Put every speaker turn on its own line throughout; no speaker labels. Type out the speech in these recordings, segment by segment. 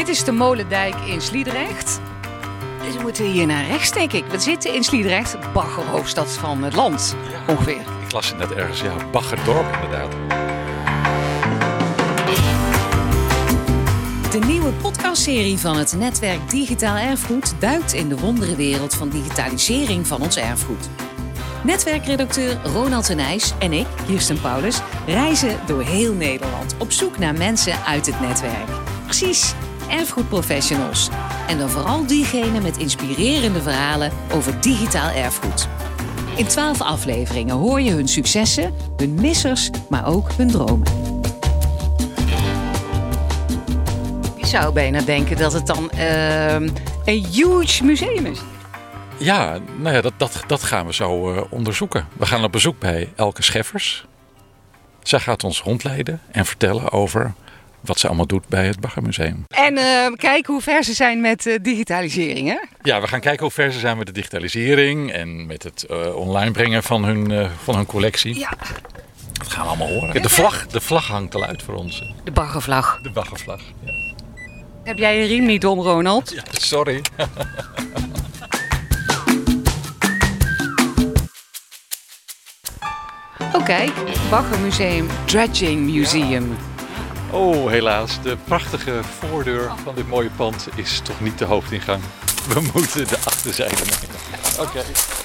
Dit is de Molendijk in Sliedrecht. Dus we moeten hier naar rechts, denk ik. We zitten in Sliedrecht, baggerhoofdstad van het land, ongeveer.
Ik las het net ergens, baggerdorp inderdaad.
De nieuwe podcastserie van het netwerk Digitaal Erfgoed duikt in de wonderenwereld van digitalisering van ons erfgoed. Netwerkredacteur Ronald de Nijs en ik, Kirsten Paulus, reizen door heel Nederland op zoek naar mensen uit het netwerk. Precies, erfgoedprofessionals. En dan vooral diegenen met inspirerende verhalen over digitaal erfgoed. In 12 afleveringen hoor je hun successen, hun missers, maar ook hun dromen. Je zou bijna denken dat het dan een huge museum is.
Ja, dat gaan we zo onderzoeken. We gaan op bezoek bij Elke Scheffers. Zij gaat ons rondleiden en vertellen over wat ze allemaal doet bij het Baggermuseum.
En kijken hoe ver ze zijn met digitalisering, hè?
Ja, we gaan kijken hoe ver ze zijn met de digitalisering en met het online brengen van hun collectie.
Ja.
Dat gaan we allemaal horen. De vlag hangt al uit voor ons.
De baggervlag.
De baggervlag, ja.
Heb jij je riem niet om, Ronald?
Ja, sorry.
Oh kijk, Baggermuseum, Dredging Museum.
Oh, helaas. De prachtige voordeur van dit mooie pand is toch niet de hoofdingang. We moeten de achterzijde nemen. Oké.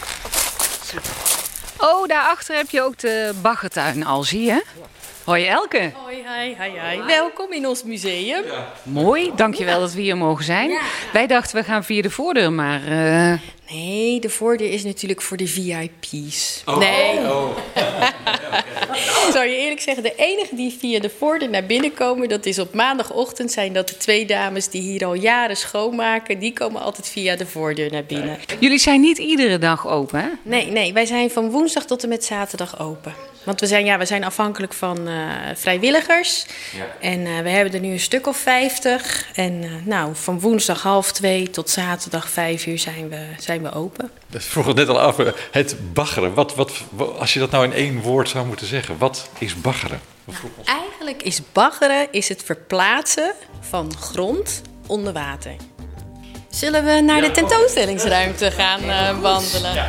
Oh, daarachter heb je ook de baggertuin al, zie je? Hoi Elke.
Hoi, hi. Welkom in ons museum.
Ja.
Mooi, dankjewel dat we hier mogen zijn.
Ja.
Wij dachten we gaan via de voordeur, maar...
Nee, de voordeur is natuurlijk voor de VIP's.
Oh.
Nee.
Oh.
Ik zal je eerlijk zeggen, de enige die via de voordeur naar binnen komen, dat is op maandagochtend, zijn dat de 2 dames die hier al jaren schoonmaken. Die komen altijd via de voordeur naar binnen.
Jullie zijn niet iedere dag open, hè?
Nee, wij zijn van woensdag tot en met zaterdag open. Want we zijn afhankelijk van vrijwilligers. Ja. En we hebben er nu een stuk of 50. En van woensdag 1:30 tot zaterdag 5:00 zijn we open.
Dat vroeg het net al af. Het baggeren. Als je dat nou in 1 woord zou moeten zeggen. Wat is baggeren?
Eigenlijk is baggeren het verplaatsen van grond onder water. Zullen we naar de tentoonstellingsruimte gaan wandelen? Ja.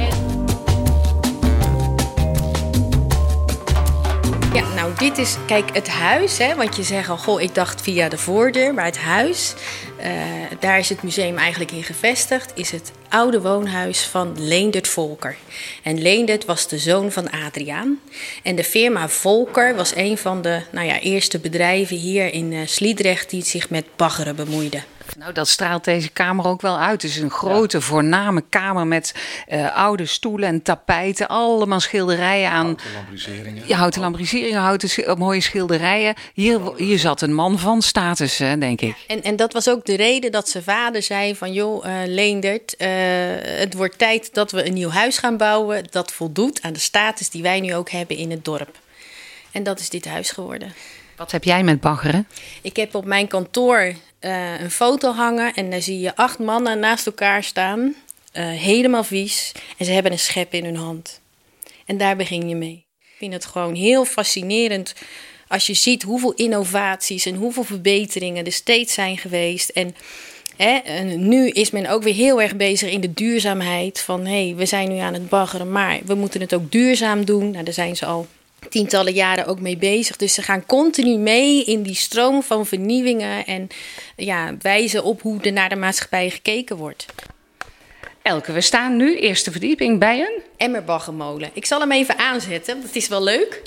Ja, nou dit is, kijk, het huis, hè, want je zegt al, ik dacht via de voordeur, maar het huis, daar is het museum eigenlijk in gevestigd, is het oude woonhuis van Leendert Volker. En Leendert was de zoon van Adriaan. En de firma Volker was een van de eerste bedrijven hier in Sliedrecht die zich met baggeren bemoeide.
Nou, dat straalt deze kamer ook wel uit. Het is een grote, voorname kamer met oude stoelen en tapijten. Allemaal schilderijen aan.
Houten lambriseringen.
Ja, houten lambriseringen, mooie schilderijen. Hier zat een man van status, denk ik.
En dat was ook de reden dat zijn vader zei van, Leendert, het wordt tijd dat we een nieuw huis gaan bouwen dat voldoet aan de status die wij nu ook hebben in het dorp. En dat is dit huis geworden.
Wat heb jij met baggeren?
Ik heb op mijn kantoor een foto hangen en daar zie je 8 mannen naast elkaar staan, helemaal vies. En ze hebben een schep in hun hand. En daar begin je mee. Ik vind het gewoon heel fascinerend als je ziet hoeveel innovaties en hoeveel verbeteringen er steeds zijn geweest. En nu is men ook weer heel erg bezig in de duurzaamheid. Van we zijn nu aan het baggeren, maar we moeten het ook duurzaam doen. Nou, daar zijn ze al tientallen jaren ook mee bezig. Dus ze gaan continu mee in die stroom van vernieuwingen en wijzen op hoe er naar de maatschappij gekeken wordt.
Elke, we staan nu, eerste verdieping, bij een
emmerbaggermolen. Ik zal hem even aanzetten, want het is wel leuk.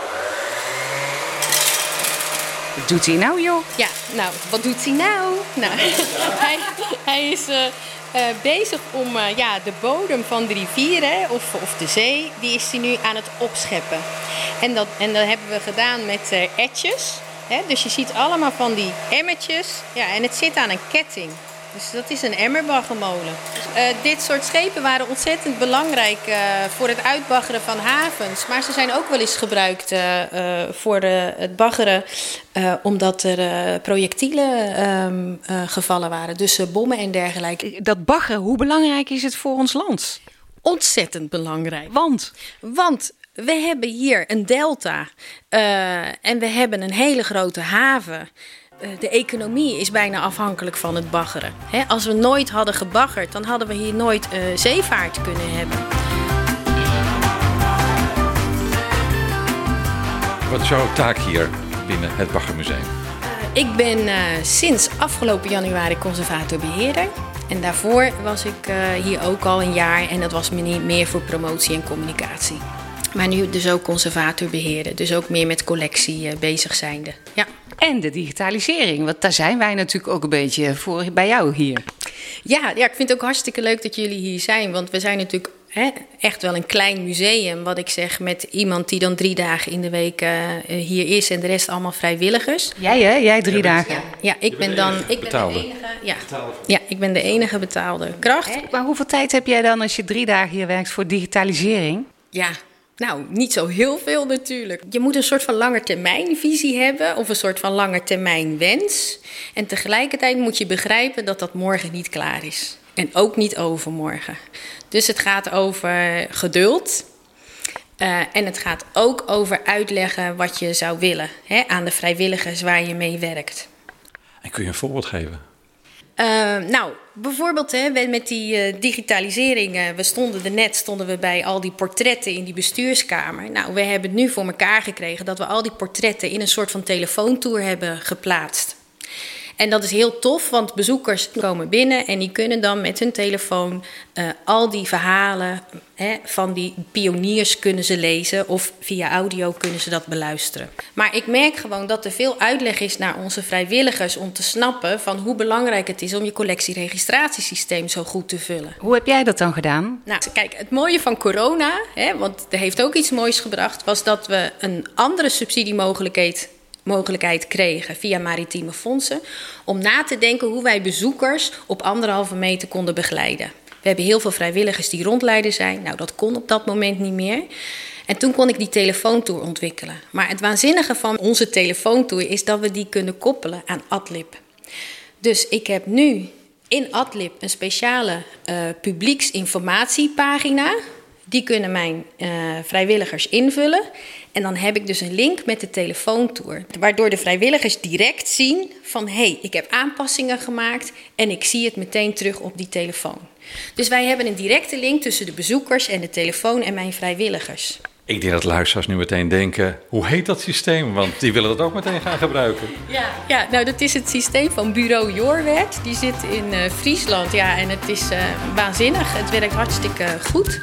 Wat doet hij nou, joh?
Ja, nou, wat doet hij nou? Hij is bezig om de bodem van de rivier of de zee, die is hij nu aan het opscheppen. En dat hebben we gedaan met etjes. Dus je ziet allemaal van die emmertjes. Ja, en het zit aan een ketting. Dus dat is een emmerbaggermolen. Dit soort schepen waren ontzettend belangrijk voor het uitbaggeren van havens. Maar ze zijn ook wel eens gebruikt voor het baggeren, omdat er projectielen gevallen waren. Dus bommen en dergelijke.
Dat baggeren, hoe belangrijk is het voor ons land?
Ontzettend belangrijk.
Want
we hebben hier een delta en we hebben een hele grote haven. De economie is bijna afhankelijk van het baggeren. Als we nooit hadden gebaggerd, dan hadden we hier nooit zeevaart kunnen hebben.
Wat is jouw taak hier binnen het Baggermuseum?
Ik ben sinds afgelopen januari conservator-beheerder. En daarvoor was ik hier ook al een jaar en dat was meer voor promotie en communicatie. Maar nu dus ook conservator-beheerder, dus ook meer met collectie bezig zijnde. Ja.
En de digitalisering, want daar zijn wij natuurlijk ook een beetje voor bij jou hier.
Ja, ik vind het ook hartstikke leuk dat jullie hier zijn, want we zijn natuurlijk echt wel een klein museum, wat ik zeg, met iemand die dan 3 dagen in de week hier is en de rest allemaal vrijwilligers.
Jij hè? Jij 3 dagen?
Ja, ik ben de enige. Ja, ik ben de enige betaalde kracht.
Maar hoeveel tijd heb jij dan als je 3 dagen hier werkt voor digitalisering?
Ja, nou, niet zo heel veel natuurlijk. Je moet een soort van langetermijnvisie hebben of een soort van langetermijnwens. En tegelijkertijd moet je begrijpen dat dat morgen niet klaar is. En ook niet overmorgen. Dus het gaat over geduld. En het gaat ook over uitleggen wat je zou willen aan de vrijwilligers waar je mee werkt.
En kun je een voorbeeld geven?
Nou, bijvoorbeeld met die digitalisering. Stonden we bij al die portretten in die bestuurskamer. Nou, we hebben het nu voor elkaar gekregen dat we al die portretten in een soort van telefoontour hebben geplaatst. En dat is heel tof, want bezoekers komen binnen en die kunnen dan met hun telefoon al die verhalen van die pioniers kunnen ze lezen of via audio kunnen ze dat beluisteren. Maar ik merk gewoon dat er veel uitleg is naar onze vrijwilligers om te snappen van hoe belangrijk het is om je collectieregistratiesysteem zo goed te vullen.
Hoe heb jij dat dan gedaan?
Nou, kijk, het mooie van corona, want er heeft ook iets moois gebracht, was dat we een andere subsidiemogelijkheid kregen via maritieme fondsen om na te denken hoe wij bezoekers op 1,5 meter konden begeleiden. We hebben heel veel vrijwilligers die rondleider zijn. Nou, dat kon op dat moment niet meer. En toen kon ik die telefoontour ontwikkelen. Maar het waanzinnige van onze telefoontour is dat we die kunnen koppelen aan Adlib. Dus ik heb nu in Adlib een speciale publieksinformatiepagina. Die kunnen mijn vrijwilligers invullen. En dan heb ik dus een link met de telefoontour. Waardoor de vrijwilligers direct zien van ik heb aanpassingen gemaakt en ik zie het meteen terug op die telefoon. Dus wij hebben een directe link tussen de bezoekers en de telefoon en mijn vrijwilligers.
Ik denk dat luisteraars nu meteen denken, hoe heet dat systeem? Want die willen dat ook meteen gaan gebruiken.
Ja, nou dat is het systeem van Bureau Jorwert. Die zit in Friesland. Ja, en het is waanzinnig. Het werkt hartstikke goed.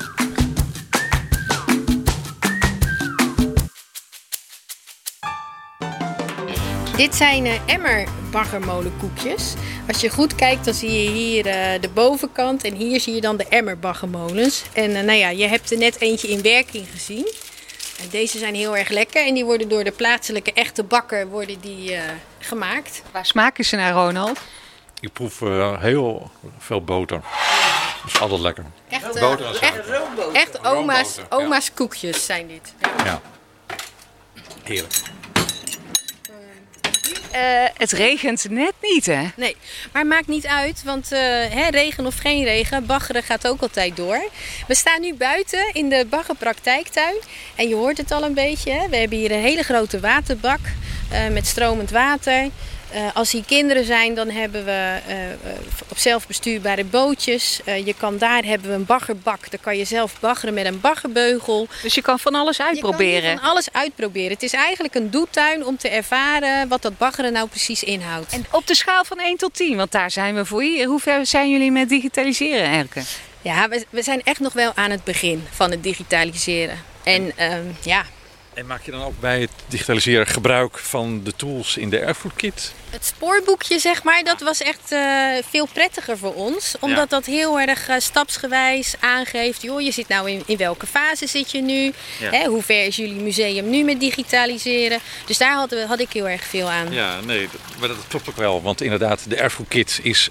Dit zijn emmerbaggermolenkoekjes. Als je goed kijkt, dan zie je hier de bovenkant en hier zie je dan de emmerbaggermolens. En je hebt er net eentje in werking gezien. En deze zijn heel erg lekker en die worden door de plaatselijke echte bakker gemaakt.
Waar smaken ze naar, Ronald?
Ik proef heel veel boter. Dat is altijd lekker.
Echt oma's koekjes zijn dit.
Ja. Heerlijk.
Het regent net niet, hè?
Nee, maar het maakt niet uit, want regen of geen regen, baggeren gaat ook altijd door. We staan nu buiten in de baggerpraktijktuin en je hoort het al een beetje. We hebben hier een hele grote waterbak met stromend water. Als hier kinderen zijn, dan hebben we op zelfbestuurbare bootjes. Daar hebben we een baggerbak. Daar kan je zelf baggeren met een baggerbeugel.
Dus je kan van alles uitproberen?
Je kan van alles uitproberen. Het is eigenlijk een doetuin om te ervaren wat dat baggeren nou precies inhoudt.
En op de schaal van 1 tot 10, want daar zijn we voor hier. Hoe ver zijn jullie met digitaliseren, Erke?
Ja, we zijn echt nog wel aan het begin van het digitaliseren. En
En maak je dan ook bij het digitaliseren gebruik van de tools in de erfgoedkit?
Het spoorboekje, zeg maar, dat was echt veel prettiger voor ons. Omdat dat heel erg stapsgewijs aangeeft. Joh, je zit nou in welke fase zit je nu? Ja. Hoe ver is jullie museum nu met digitaliseren? Dus daar had ik heel erg veel aan.
Ja, nee, maar dat klopt ook wel. Want inderdaad, de erfgoedkit is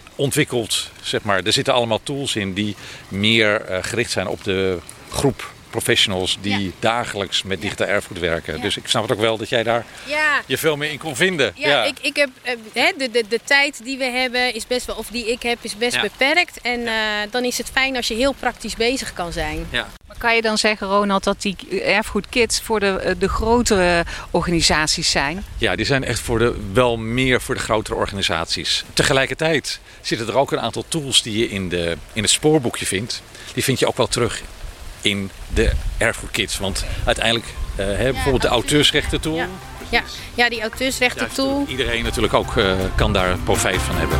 ontwikkeld, zeg maar. Er zitten allemaal tools in die meer gericht zijn op de groep professionals die dagelijks met digitaal erfgoed werken.
Ja.
Dus ik snap het ook wel dat jij daar je veel meer in kon vinden.
Ja. Ik heb de tijd die we hebben is best wel, of die ik heb, is best beperkt. En dan is het fijn als je heel praktisch bezig kan zijn.
Ja.
Maar kan je dan zeggen, Ronald, dat die erfgoedkits voor de grotere organisaties zijn?
Ja, die zijn echt wel meer voor de grotere organisaties. Tegelijkertijd zitten er ook een aantal tools die je in het spoorboekje vindt. Die vind je ook wel terug in de erfgoedkits. Want uiteindelijk, bijvoorbeeld de auteursrechten tool.
Ja, die auteursrechten tool.
Iedereen natuurlijk ook kan daar profijt van hebben.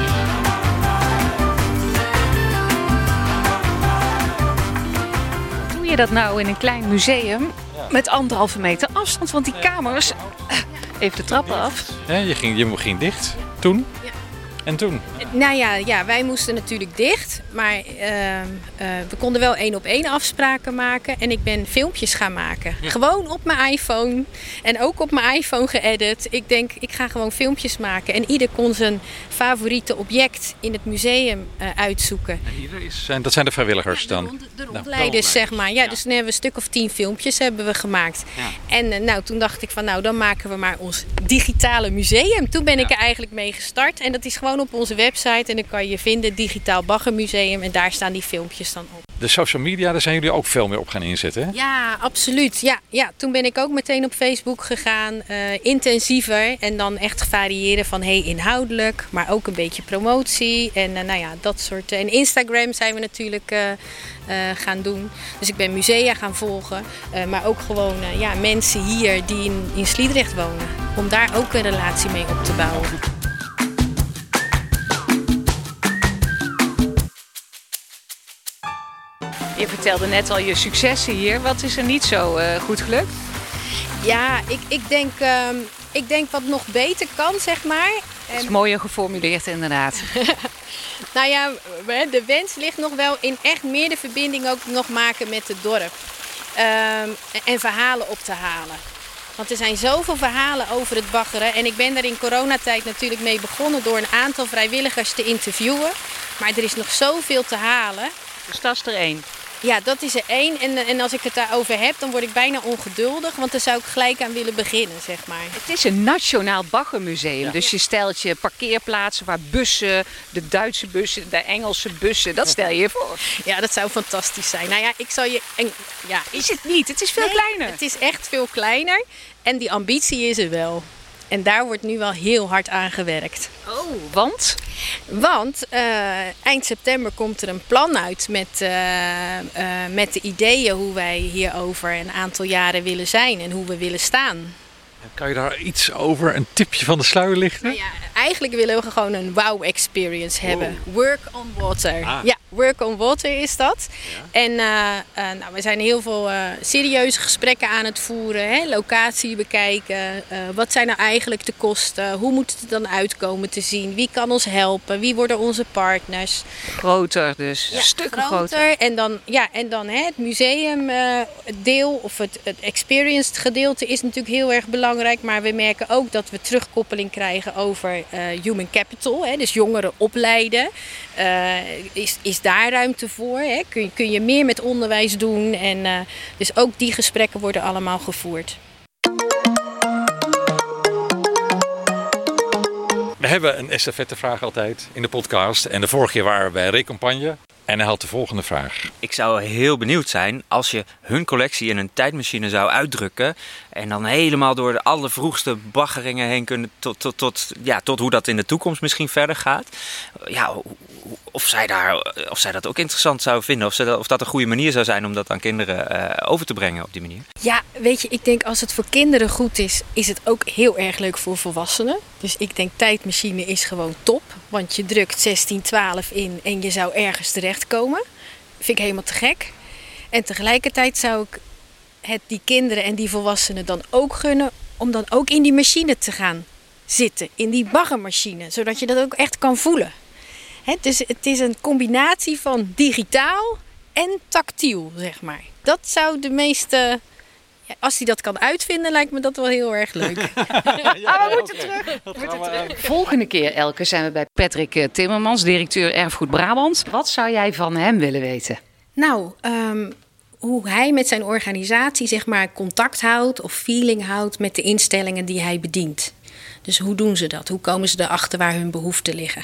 Doe je dat nou in een klein museum met 1,5 meter afstand? Want die kamers, even de trappen af.
Ja, je ging dicht toen.
Ja.
En toen?
Nou ja, wij moesten natuurlijk dicht. Maar we konden wel 1-op-1 afspraken maken. En ik ben filmpjes gaan maken. Ja. Gewoon op mijn iPhone. En ook op mijn iPhone geëdit. Ik denk, ik ga gewoon filmpjes maken. En ieder kon zijn favoriete object in het museum uitzoeken.
En dat zijn de vrijwilligers dan?
De rondleiders, zeg maar. Ja, dus dan hebben we een stuk of 10 filmpjes hebben we gemaakt. Ja. En toen dacht ik van, dan maken we maar ons digitale museum. Toen ben ik er eigenlijk mee gestart. En dat is gewoon op onze website. En dan kan je vinden, Digitaal Baggermuseum. En daar staan die filmpjes dan op.
De social media, daar zijn jullie ook veel meer op gaan inzetten, hè?
Ja, absoluut. Ja, toen ben ik ook meteen op Facebook gegaan. Intensiever. En dan echt variëren van inhoudelijk. Maar ook een beetje promotie. En dat soort. En Instagram zijn we natuurlijk gaan doen. Dus ik ben musea gaan volgen. Maar ook gewoon mensen hier die in Sliedrecht wonen. Om daar ook een relatie mee op te bouwen.
Je vertelde net al je successen hier. Wat is er niet zo goed gelukt?
Ja, ik denk wat nog beter kan, zeg maar.
Dat is mooier geformuleerd, inderdaad.
Nou ja, de wens ligt nog wel in echt meer de verbinding ook nog maken met het dorp. En verhalen op te halen. Want er zijn zoveel verhalen over het baggeren. En ik ben daar in coronatijd natuurlijk mee begonnen door een aantal vrijwilligers te interviewen. Maar er is nog zoveel te halen.
Dus dat is er 1.
Ja, dat is er 1. En als ik het daarover heb, dan word ik bijna ongeduldig. Want daar zou ik gelijk aan willen beginnen, zeg maar.
Het is een nationaal baggermuseum. Ja. Dus je stelt je parkeerplaatsen waar bussen, de Duitse bussen, de Engelse bussen, dat stel je je voor.
Ja, dat zou fantastisch zijn. Nou ja, ik zal je...
Is het niet? Het is veel kleiner.
Het is echt veel kleiner. En die ambitie is er wel. En daar wordt nu wel heel hard aan gewerkt.
Oh, want?
Want eind september komt er een plan uit met de ideeën hoe wij hier over een aantal jaren willen zijn en hoe we willen staan.
Kan je daar iets over, een tipje van de sluier lichten?
Nou ja, eigenlijk willen we gewoon een wow-experience hebben. Work on water. Ja, work on water is dat. Ja. En we zijn heel veel serieuze gesprekken aan het voeren. Hè? Locatie bekijken. Wat zijn nou eigenlijk de kosten? Hoe moet het dan uitkomen te zien? Wie kan ons helpen? Wie worden onze partners?
Groter dus.
Ja,
stukken groter.
En dan het museumdeel of het experienced gedeelte is natuurlijk heel erg belangrijk. Maar we merken ook dat we terugkoppeling krijgen over human capital. Hè, dus jongeren opleiden. Is daar ruimte voor? Hè? Kun je meer met onderwijs doen? En dus ook die gesprekken worden allemaal gevoerd.
We hebben een estafettevraag altijd in de podcast. En de vorige keer waren we bij Recompagne. En hij had de volgende vraag. Ik zou heel benieuwd zijn als je hun collectie in een tijdmachine zou uitdrukken. En dan helemaal door de allervroegste baggeringen heen kunnen tot hoe dat in de toekomst misschien verder gaat. Ja, of zij dat ook interessant zou vinden. Of dat een goede manier zou zijn om dat aan kinderen over te brengen op die manier.
Ja, weet je, ik denk als het voor kinderen goed is, is het ook heel erg leuk voor volwassenen. Dus ik denk tijdmachine is gewoon top. Want je drukt 1612 in en je zou ergens terechtkomen. Vind ik helemaal te gek. En tegelijkertijd zou ik het die kinderen en die volwassenen dan ook gunnen om dan ook in die machine te gaan zitten. In die baggermachine, zodat je dat ook echt kan voelen. Dus het is een combinatie van digitaal en tactiel, zeg maar. Dat zou de meeste... Ja, als hij dat kan uitvinden, lijkt me dat wel heel erg leuk.
We moeten terug. Volgende keer, Elke, zijn we bij Patrick Timmermans, directeur Erfgoed Brabant. Wat zou jij van hem willen weten?
Nou, hoe hij met zijn organisatie zeg maar contact houdt of feeling houdt met de instellingen die hij bedient. Dus hoe doen ze dat? Hoe komen ze erachter waar hun behoeften liggen?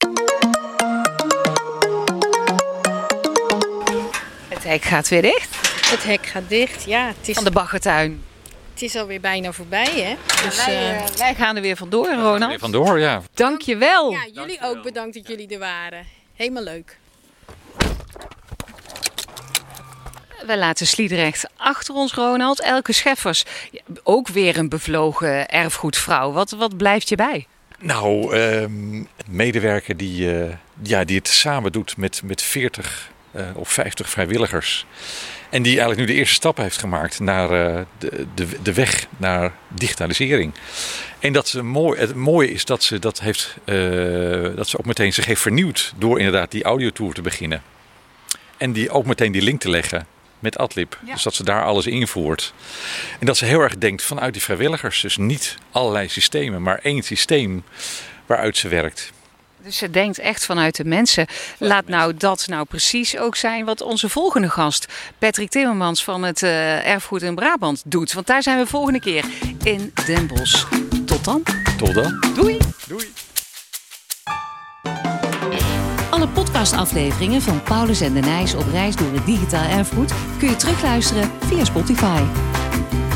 Het hek gaat weer dicht.
Het hek gaat dicht, ja. Het is,
Van de baggertuin.
het is alweer bijna voorbij, hè? Dus,
Wij gaan er weer vandoor, Ronald.
Weer vandoor, ja.
Dank je wel.
ja, jullie ook bedankt dat jullie er waren. Helemaal leuk.
We laten Sliedrecht achter ons, Ronald. Elke Scheffers, ook weer een bevlogen erfgoedvrouw. Wat blijft je bij?
Nou, een medewerker die het samen doet met 40 of 50 vrijwilligers. En die eigenlijk nu de eerste stap heeft gemaakt naar de weg naar digitalisering. En het mooie is dat ze dat ze ook meteen zich heeft vernieuwd door inderdaad die audiotour te beginnen. En die ook meteen die link te leggen met Adlib.
Ja.
Dus dat ze daar alles invoert. En dat ze heel erg denkt vanuit die vrijwilligers. Dus niet allerlei systemen, maar één systeem waaruit ze werkt.
Dus ze denkt echt vanuit de mensen. Laat nou dat nou precies ook zijn wat onze volgende gast, Patrick Timmermans van het Erfgoed in Brabant, doet. Want daar zijn we volgende keer in Den Bosch. Tot dan.
Tot dan.
Doei.
Doei.
Alle podcastafleveringen van Paulus en de Nijs op reis door het digitaal erfgoed kun je terugluisteren via Spotify.